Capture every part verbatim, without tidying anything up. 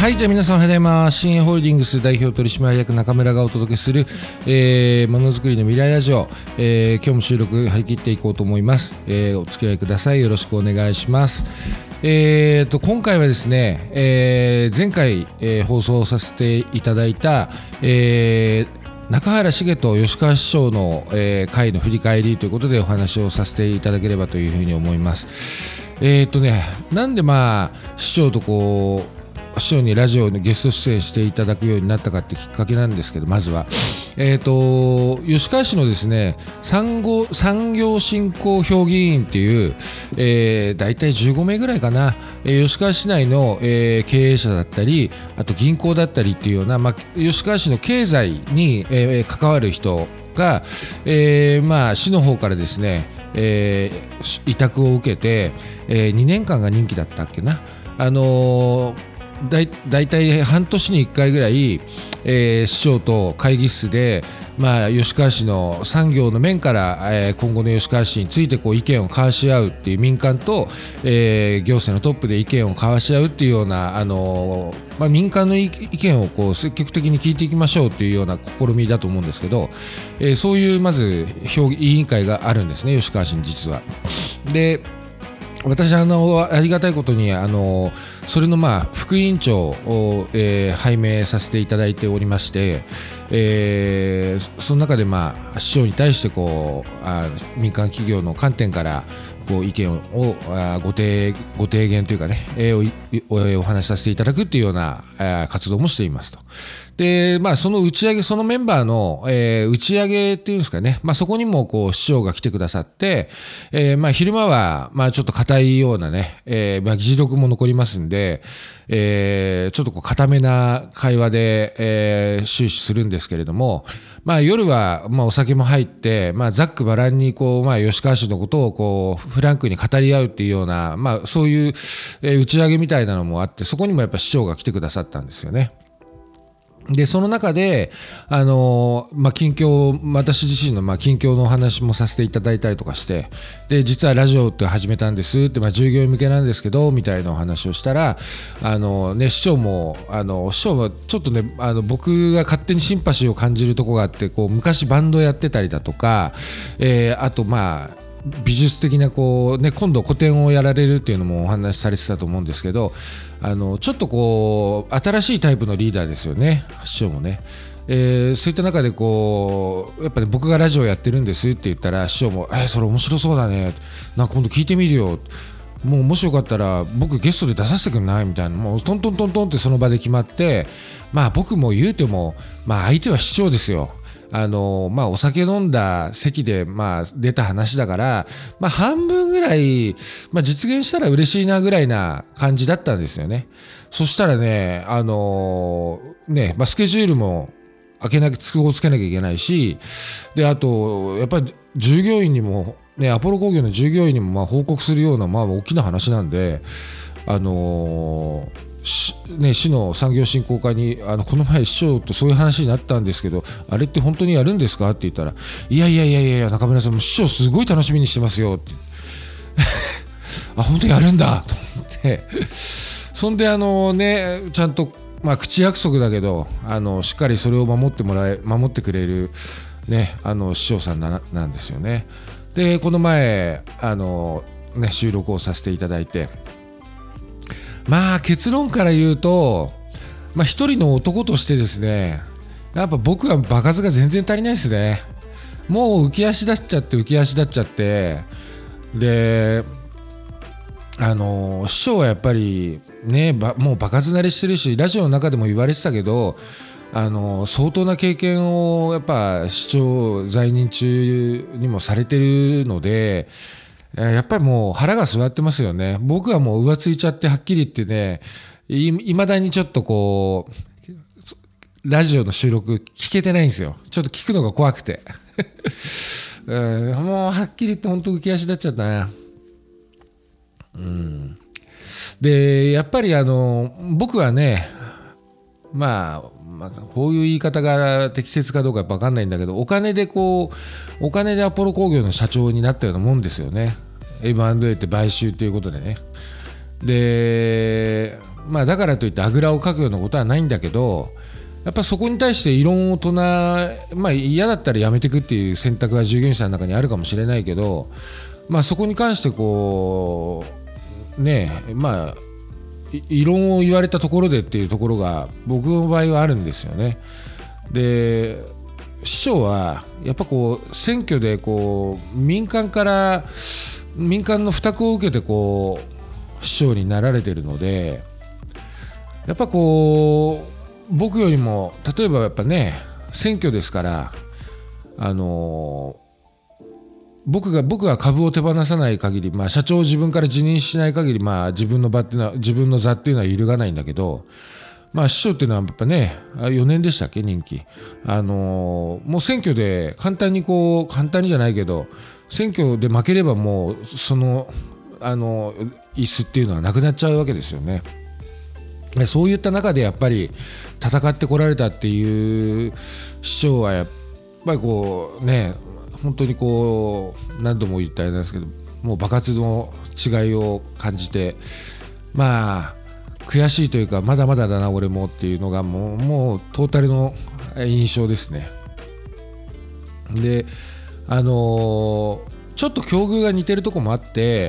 はい、じゃあ皆さんおはようございます。新栄ホールディングス代表取締役中村がお届けする、えー、ものづくりの未来ラジオ、えー、今日も収録張り切っていこうと思います。えー、お付き合いください。よろしくお願いします。えー、と今回はですね、えー、前回、えー、放送させていただいた、えー、中原茂人吉川師匠の、えー、会の振り返りということでお話をさせていただければというふうに思います。えーとね、なんでまあ師匠とこう師匠にラジオのゲスト出演していただくようになったかってきっかけなんですけど、まずは、えーと吉川市のですね産後産業振興評議員っていう、えー、大体じゅうごめいぐらいかな、えー、吉川市内の、えー、経営者だったり、あと銀行だったりっていうような、まあ、吉川市の経済に、えー、関わる人が、えーまあ、市の方からですね、えー、委託を受けて、えー、にねんかんが任期だったっけな、あのーだい、だいたい半年にいっかいぐらい、えー、市長と会議室で、まあ、吉川市の産業の面から、えー、今後の吉川市についてこう意見を交わし合うっていう、民間と、えー、行政のトップで意見を交わし合うっていうような、あのーまあ、民間の意見をこう積極的に聞いていきましょうっていうような試みだと思うんですけど、えー、そういうまず評議委員会があるんですね、吉川市に実は。で私あのありがたいことにあのそれのまあ副委員長を、えー、拝命させていただいておりまして、えー、その中でまあ市長に対してこうあ民間企業の観点からこう意見をあご提ご提言というかね、えー、お, お話しさせていただくっていうようなあ活動もしていますと。でまあ、その打ち上げ、そのメンバーの、えー、打ち上げっていうんですかね、まあ、そこにもこう市長が来てくださって、えー、まあ昼間はまあちょっと硬いようなね、えー、まあ議事録も残りますんで、えー、ちょっとこう硬めな会話で、えー、終始するんですけれども、まあ夜はまあお酒も入って、まあざっくばらんにこうまあ吉川市のことをこうフランクに語り合うっていうような、まあそういう、えー、打ち上げみたいなのもあって、そこにもやっぱ市長が来てくださったんですよね。でその中で、あのまあ、近況、私自身のまあ近況のお話もさせていただいたりとかして、で実はラジオって始めたんですって、まあ、従業員向けなんですけどみたいなお話をしたら、あの、ね、市長もあの市長はちょっとね、あの僕が勝手にシンパシーを感じるところがあって、こう昔バンドやってたりだとか、えー、あとまあ美術的なこう、ね、今度個展をやられるっていうのもお話しされてたと思うんですけど、あのちょっとこう新しいタイプのリーダーですよね、市長もね。えー、そういった中でこうやっぱり、ね、僕がラジオやってるんですって言ったら、市長もえー、それ面白そうだね、なんか今度聞いてみるよ、もうもしよかったら僕ゲストで出させてくんないみたいな、もうトントントントンってその場で決まって、まあ僕も言うても、まあ相手は市長ですよ。あのまあ、お酒飲んだ席で、まあ、出た話だから、まあ、半分ぐらい、まあ、実現したら嬉しいなぐらいな感じだったんですよね。そしたらね、あのねまあ、スケジュールも開けなきゃ都合つけなきゃいけないし、であとやっぱり従業員にも、ね、アポロ工業の従業員にもまあ報告するような、まあ、大きな話なんで、あのーね、市の産業振興課にあのこの前市長とそういう話になったんですけど、あれって本当にやるんですかって言ったら、いやいやいやいや中村さんも市長すごい楽しみにしてますよってあ本当にやるんだと思ってそんであのねちゃんと、まあ、口約束だけどあのしっかりそれを守ってもらえ守ってくれる、ね、あの市長さんな、なんですよね。でこの前あの、ね、収録をさせていただいて、まあ結論から言うと、まあ一人の男としてですね、やっぱ僕は場数が全然足りないですね。もう浮き足立っちゃって浮き足立っちゃって、で、あの市長はやっぱりね、もう場数慣れしてるし、ラジオの中でも言われてたけど、あの相当な経験をやっぱ市長在任中にもされてるので。やっぱりもう腹が据わってますよね。僕はもう浮ついちゃってはっきり言ってね、いまだにちょっとこうラジオの収録聞けてないんですよ。ちょっと聞くのが怖くてうん、もうはっきり言って本当浮き足立っちゃったな。うん、でやっぱりあの僕はね、まあまあ、こういう言い方が適切かどうか分かんないんだけど、お金でこうお金でアポロ工業の社長になったようなもんですよね。 エムアンドエー って買収ということでね。 で、まあ、だからといってあぐらをかくようなことはないんだけど、やっぱそこに対して異論を唱え、まあ、嫌だったらやめていくっていう選択は従業員さんの中にあるかもしれないけど、まあ、そこに関してこうねまあ異論を言われたところでっていうところが僕の場合はあるんですよね。で、市長はやっぱこう選挙でこう民間から民間の負託を受けてこう市長になられているので、やっぱこう僕よりも例えばやっぱね選挙ですから、あの僕が僕が株を手放さない限り、まあ、社長を自分から辞任しない限り、まあ、自分の場っていうのは自分の座っていうのは揺るがないんだけど、まあ、市長っていうのはやっぱねよねんでしたっけ任期、あのもう選挙で簡単にこう簡単にじゃないけど選挙で負ければもうそのあの椅子っていうのはなくなっちゃうわけですよね。そういった中でやっぱり戦ってこられたっていう市長はやっぱりこうね本当にこう何度も言ったあれなんですけど、もう爆発の違いを感じて、まあ悔しいというかまだまだだな俺もっていうのがもう、もうトータルの印象ですね。で、あのちょっと境遇が似てるところもあって、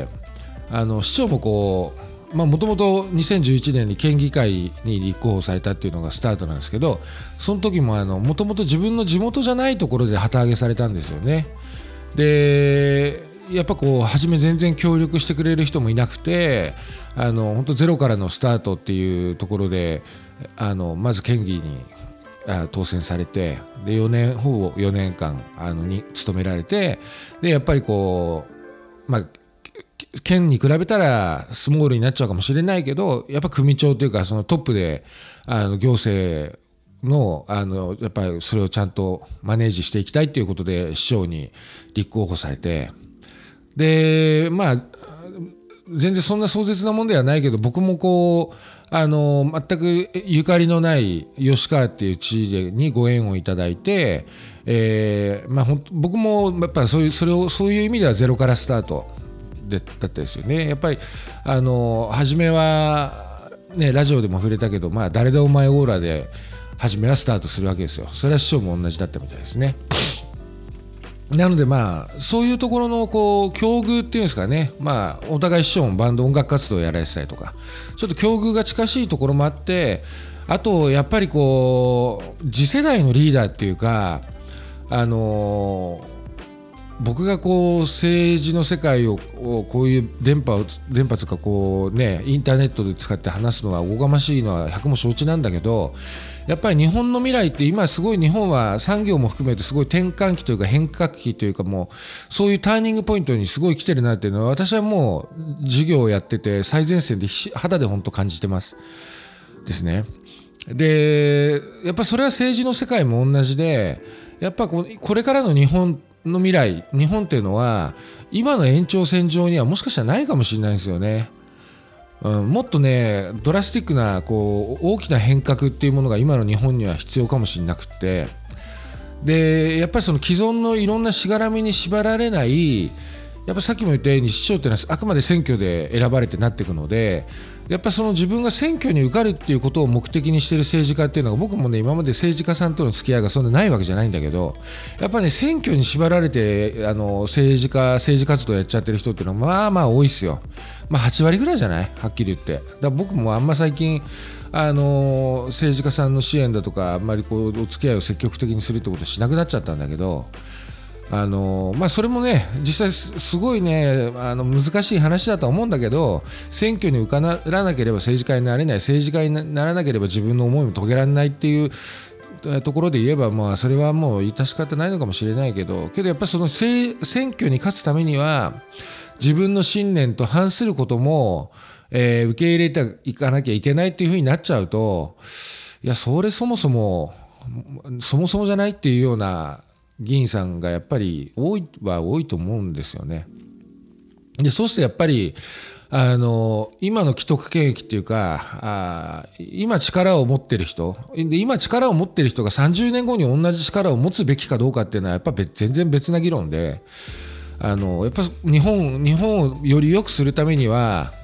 あの市長もこうもともとにせんじゅういちねんに県議会に立候補されたっていうのがスタートなんですけど、その時ももともと自分の地元じゃないところで旗揚げされたんですよね。で、やっぱこう初め全然協力してくれる人もいなくて、あの本当ゼロからのスタートっていうところで、あのまず県議に当選されて、でよねんほぼよねんかんあのに務められて、でやっぱりこうまあ県に比べたらスモールになっちゃうかもしれないけど、やっぱ組長というかそのトップであの行政のあのやっぱりそれをちゃんとマネージしていきたいっていうことで市長に立候補されて、でまあ全然そんな壮絶なもんではないけど、僕もこうあの全くゆかりのない吉川っていう知事にご縁をいただいて、えーまあ、ほん僕もやっぱそういうそれをそういう意味ではゼロからスタートでだったですよね。やっぱりあの初めはねラジオでも触れたけど、まあ誰でお前オーラで初めはスタートするわけですよ。それは市長も同じだったみたいですね。なのでまあそういうところのこう境遇っていうんですかね、まあお互い市長もバンド音楽活動をやられてたりとか、ちょっと境遇が近しいところもあって、あとやっぱりこう次世代のリーダーっていうか、あのー僕がこう政治の世界をこういう電波を電波とかこうねインターネットで使って話すのはおこがましいのは百も承知なんだけど、やっぱり日本の未来って今すごい日本は産業も含めてすごい転換期というか変革期というか、もうそういうターニングポイントにすごい来てるなっていうのは私はもう授業をやってて最前線で肌で本当感じてますですね。でやっぱそれは政治の世界も同じで、やっぱこれからの日本の未来、日本っていうのは今の延長線上にはもしかしたらないかもしれないんですよね。うん、もっとねドラスティックなこう大きな変革っていうものが今の日本には必要かもしれなくって、でやっぱりその既存のいろんなしがらみに縛られない、やっぱさっきも言ったように市長っていうのはあくまで選挙で選ばれてなっていくので、やっぱりその自分が選挙に受かるっていうことを目的にしている政治家っていうのが、僕もね今まで政治家さんとの付き合いがそんなないわけじゃないんだけど、やっぱりね選挙に縛られてあの政治家政治活動やっちゃってる人っていうのはまあまあ多いですよ。まあはちわりぐらいじゃない、はっきり言って。だから僕もあんま最近あの政治家さんの支援だとかあんまりこうお付き合いを積極的にするってことしなくなっちゃったんだけど、あのまあ、それもね実際すごいねあの難しい話だとは思うんだけど、選挙に受からなければ政治家になれない、政治家にならなければ自分の思いも遂げられないっていうところで言えば、まあそれはもう致し方ないのかもしれないけど、けどやっぱりその選挙に勝つためには自分の信念と反することも、えー、受け入れていかなきゃいけないっていう風になっちゃうと、いやそれそもそもそもそもじゃないっていうような議員さんがやっぱり多いは多いと思うんですよね。でそうするとやっぱりあの今の既得権益っていうか、あ今力を持ってる人で、今力を持ってる人がさんじゅうねんごに同じ力を持つべきかどうかっていうのはやっぱ別全然別な議論で、あのやっぱ日本日本をより良くするためには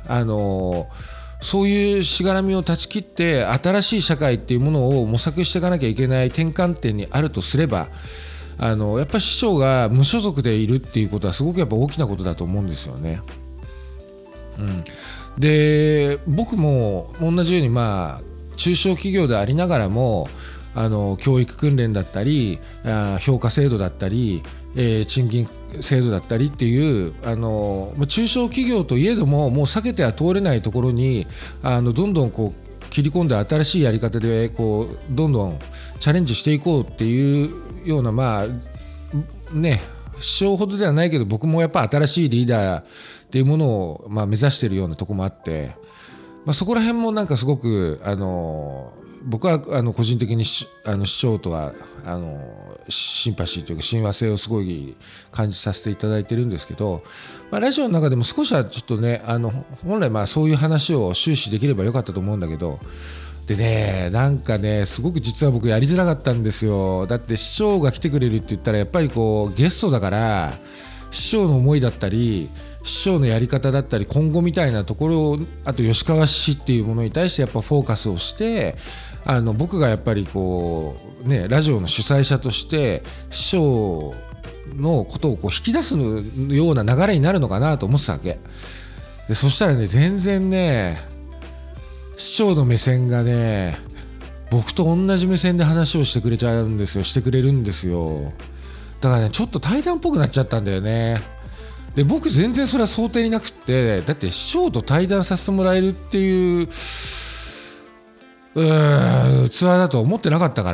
あのそういうしがらみを断ち切って新しい社会っていうものを模索していかなきゃいけない転換点にあるとすれば、あのやっぱり市長が無所属でいるっていうことはすごくやっぱ大きなことだと思うんですよね。うん、で僕も同じようにまあ中小企業でありながらもあの教育訓練だったりあ評価制度だったり、えー、賃金制度だったりっていうあの中小企業といえどももう避けては通れないところにあのどんどんこう切り込んで新しいやり方でこうどんどんチャレンジしていこうっていうようなまあね市長ほどではないけど僕もやっぱ新しいリーダーっていうものをまあ目指しているようなところもあって、まあ、そこら辺もなんかすごくあの僕はあの個人的にあの市長とはあのシンパシーというか親和性をすごい感じさせていただいてるんですけど、まあ、ラジオの中でも少しはちょっとねあの本来まあそういう話を終始できればよかったと思うんだけど、でねなんかねすごく実は僕やりづらかったんですよ。だって市長が来てくれるって言ったらやっぱりこうゲストだから市長の思いだったり市長のやり方だったり今後みたいなところをあと吉川市っていうものに対してやっぱフォーカスをしてあの僕がやっぱりこうねラジオの主催者として市長のことをこう引き出すような流れになるのかなと思ってたわけで、そしたらね全然ね市長の目線がね僕と同じ目線で話をしてくれちゃうんですよしてくれるんですよ。だからねちょっと対談っぽくなっちゃったんだよね。で僕全然それは想定になくって、だって市長と対談させてもらえるっていううー器だと思ってなかったから、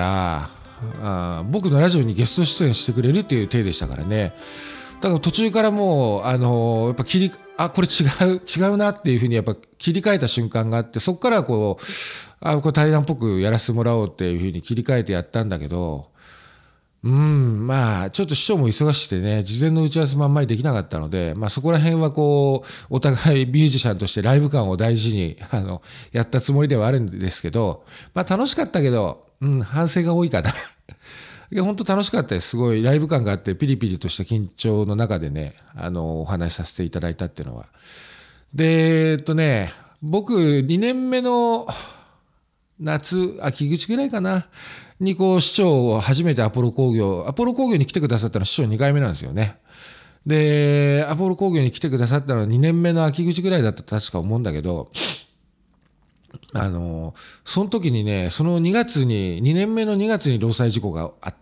あ僕のラジオにゲスト出演してくれるっていう体でしたからね。だから途中からもうあのやっぱ切りあこれ違う違うなっていうふうにやっぱ切り替えた瞬間があって、そこからこうあこれ対談っぽくやらせてもらおうっていうふうに切り替えてやったんだけど、うんまあちょっと市長も忙しくてね事前の打ち合わせもあんまりできなかったので、まあそこら辺はこうお互いミュージシャンとしてライブ感を大事にあのやったつもりではあるんですけど、まあ楽しかったけど、うん反省が多いかな。いや本当楽しかったです。すごいライブ感があってピリピリとした緊張の中でねあのお話しさせていただいたっていうのは。でえっとね僕にねんめの夏秋口ぐらいかなにこう市長を初めてアポロ工業アポロ工業に来てくださったのは市長にかいめなんですよね。でアポロ工業に来てくださったのはにねんめの秋口ぐらいだったと確か思うんだけど、あのその時にねそのにがつににねんめのにがつに労災事故があって、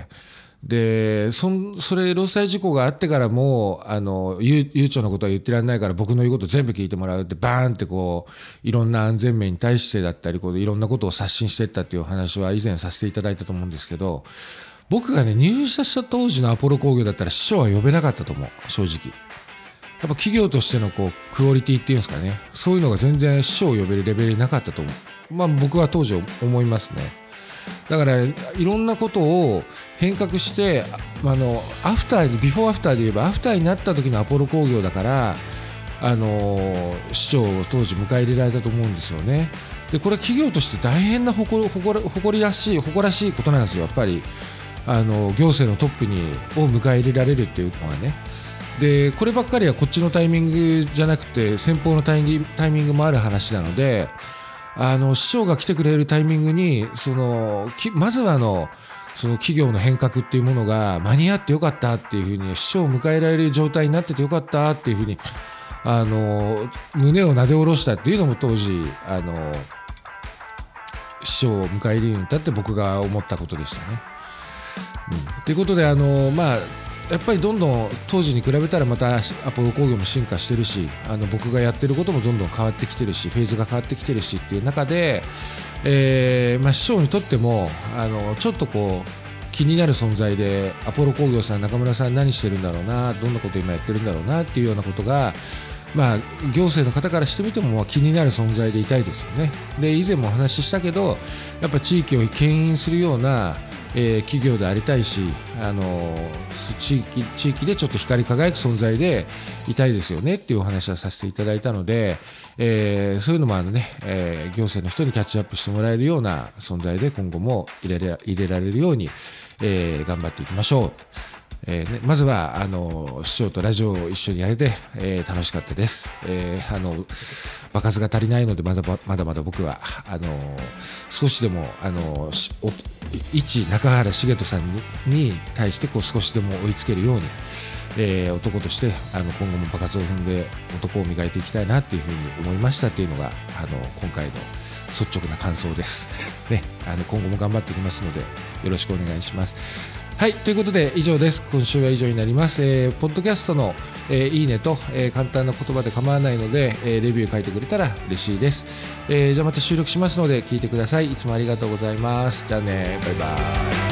で そ, それ労災事故があってからもあの悠長なことは言ってられないから僕の言うこと全部聞いてもらうってバーンってこういろんな安全面に対してだったりこういろんなことを刷新していったっていう話は以前させていただいたと思うんですけど、僕がね入社した当時のアポロ工業だったら市長は呼べなかったと思う正直。やっぱ企業としてのこうクオリティっていうんですかね、そういうのが全然市長を呼べるレベルになかったと思う、まあ、僕は当時思いますね。だからいろんなことを変革してあのアフターにビフォーアフターで言えばアフターになった時のアポロ工業だからあの市長を当時迎え入れられたと思うんですよね。でこれは企業として大変な誇り、誇り、誇りらしい誇らしいことなんですよ。やっぱりあの行政のトップにを迎え入れられるっていうのはね。でこればっかりはこっちのタイミングじゃなくて先方のタイミングもある話なので、あの市長が来てくれるタイミングにそのまずはあのその企業の変革っていうものが間に合ってよかったっていうふうに市長を迎えられる状態になっててよかったっていうふうにあの胸をなで下ろしたっていうのも当時あの市長を迎え入れるようになったって僕が思ったことでしたね。うん、ということであのまあやっぱりどんどん当時に比べたらまたアポロ工業も進化してるし、あの僕がやってることもどんどん変わってきてるしフェーズが変わってきてるしっていう中で、えーまあ、市長にとってもあのちょっとこう気になる存在でアポロ工業さん中村さん何してるんだろうな、どんなこと今やってるんだろうなっていうようなことが、まあ、行政の方からしてみても気になる存在でいたいですよね。で以前もお話ししたけどやっぱ地域を牽引するようなえー、企業でありたいし、あのー、地域、地域でちょっと光り輝く存在でいたいですよねっていうお話はさせていただいたので、えー、そういうのもあのね、えー、行政の人にキャッチアップしてもらえるような存在で今後も入れら、入れられるように、えー、頑張っていきましょう。 えーね、まずはあの市長とラジオを一緒にやれて、えー楽しかったです。えーあの場数が足りないのでまだまだまだ僕はあの少しでもあのしお一中原茂人さんにに対してこう少しでも追いつけるように、えー男としてあの今後も場数を踏んで男を磨いていきたいなっていうふうに思いましたっていうのがあの今回の率直な感想です、ね、あの今後も頑張っていきますのでよろしくお願いします。はい、ということで以上です。今週は以上になります。えー、ポッドキャストの、えーいいねと、えー簡単な言葉で構わないので、えーレビュー書いてくれたら嬉しいです。えーじゃあまた収録しますので聞いてください。いつもありがとうございます。じゃあね、バイバイ。